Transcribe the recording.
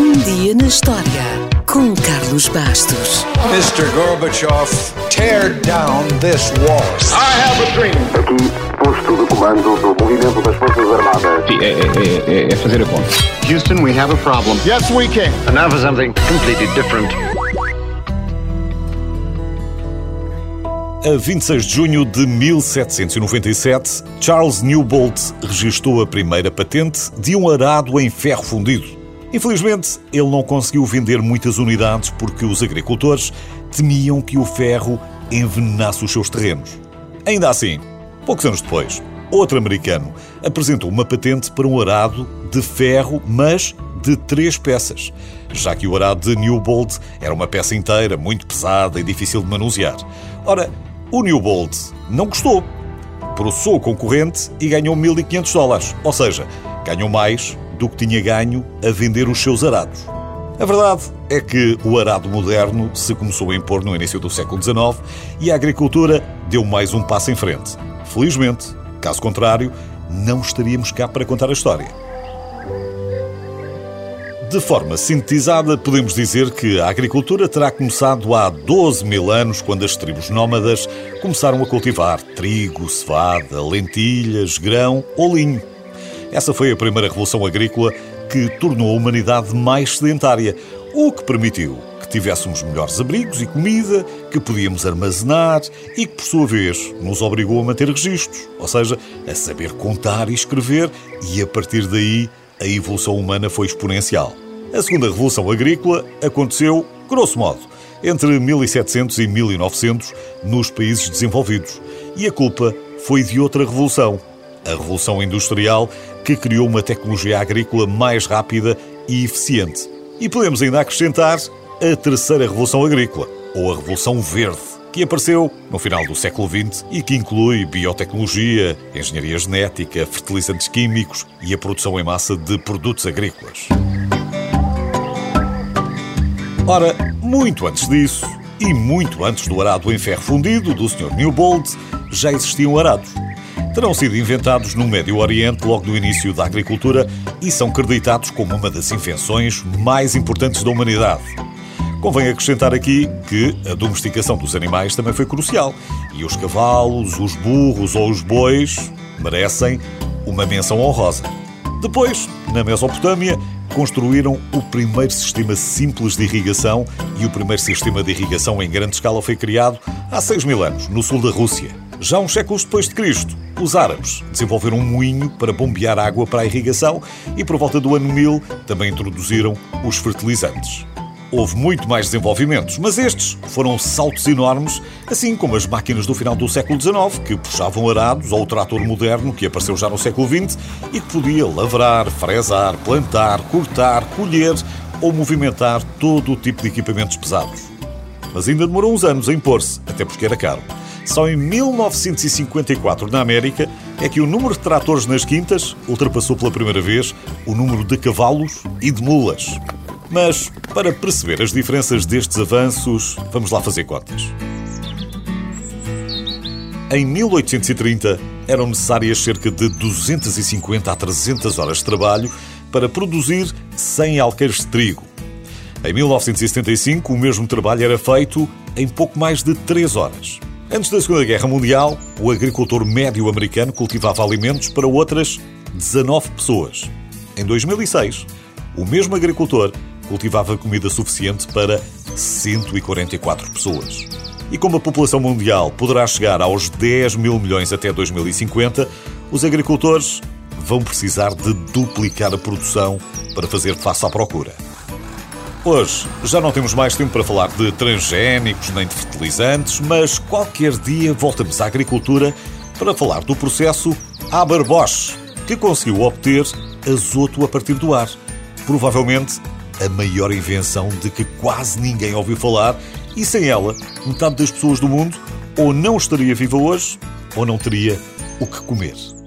Um dia na história com Carlos Bastos. Mr. Gorbachev, tear down this wall. I have a dream. Aqui, posto de comando do movimento das Forças Armadas. É fazer a conta. Houston, we have a problem. Yes, we can. And now for something completely different. A 26 de junho de 1797, Charles Newbolt registou a primeira patente de um arado em ferro fundido. Infelizmente, ele não conseguiu vender muitas unidades porque os agricultores temiam que o ferro envenenasse os seus terrenos. Ainda assim, poucos anos depois, outro americano apresentou uma patente para um arado de ferro, mas de 3 peças, já que o arado de Newbolt era uma peça inteira, muito pesada e difícil de manusear. Ora, o Newbolt não gostou, processou o concorrente e ganhou $1.500, ou seja, ganhou mais do que tinha ganho a vender os seus arados. A verdade é que o arado moderno se começou a impor no início do século XIX e a agricultura deu mais um passo em frente. Felizmente, caso contrário, não estaríamos cá para contar a história. De forma sintetizada, podemos dizer que a agricultura terá começado há 12.000 anos, quando as tribos nómadas começaram a cultivar trigo, cevada, lentilhas, grão ou linho. Essa foi a primeira revolução agrícola que tornou a humanidade mais sedentária, o que permitiu que tivéssemos melhores abrigos e comida, que podíamos armazenar e que, por sua vez, nos obrigou a manter registros, ou seja, a saber contar e escrever, e a partir daí a evolução humana foi exponencial. A segunda revolução agrícola aconteceu, grosso modo, entre 1700 e 1900 nos países desenvolvidos. E a culpa foi de outra revolução, a Revolução Industrial, que criou uma tecnologia agrícola mais rápida e eficiente. E podemos ainda acrescentar a terceira Revolução Agrícola, ou a Revolução Verde, que apareceu no final do século XX e que inclui biotecnologia, engenharia genética, fertilizantes químicos e a produção em massa de produtos agrícolas. Ora, muito antes disso, e muito antes do arado em ferro fundido do Sr. Newbolt, já existiam arados. Terão sido inventados no Médio Oriente logo no início da agricultura e são creditados como uma das invenções mais importantes da humanidade. Convém acrescentar aqui que a domesticação dos animais também foi crucial e os cavalos, os burros ou os bois merecem uma menção honrosa. Depois, na Mesopotâmia, construíram o primeiro sistema simples de irrigação e o primeiro sistema de irrigação em grande escala foi criado há 6.000 anos, no sul da Rússia. Já uns séculos depois de Cristo, os árabes desenvolveram um moinho para bombear água para a irrigação e, por volta do ano 1000, também introduziram os fertilizantes. Houve muito mais desenvolvimentos, mas estes foram saltos enormes, assim como as máquinas do final do século XIX, que puxavam arados, ou o trator moderno, que apareceu já no século XX e que podia lavrar, fresar, plantar, cortar, colher ou movimentar todo o tipo de equipamentos pesados. Mas ainda demorou uns anos a impor-se, até porque era caro. Só em 1954, na América, é que o número de tratores nas quintas ultrapassou pela primeira vez o número de cavalos e de mulas. Mas, para perceber as diferenças destes avanços, vamos lá fazer contas. Em 1830, eram necessárias cerca de 250 a 300 horas de trabalho para produzir 100 alqueires de trigo. Em 1975, o mesmo trabalho era feito em pouco mais de 3 horas. Antes da Segunda Guerra Mundial, o agricultor médio americano cultivava alimentos para outras 19 pessoas. Em 2006, o mesmo agricultor cultivava comida suficiente para 144 pessoas. E como a população mundial poderá chegar aos 10 mil milhões até 2050, os agricultores vão precisar de duplicar a produção para fazer face à procura. Hoje já não temos mais tempo para falar de transgénicos nem de fertilizantes, mas qualquer dia voltamos à agricultura para falar do processo Haber-Bosch, que conseguiu obter azoto a partir do ar. Provavelmente a maior invenção de que quase ninguém ouviu falar e sem ela, metade das pessoas do mundo ou não estaria viva hoje ou não teria o que comer.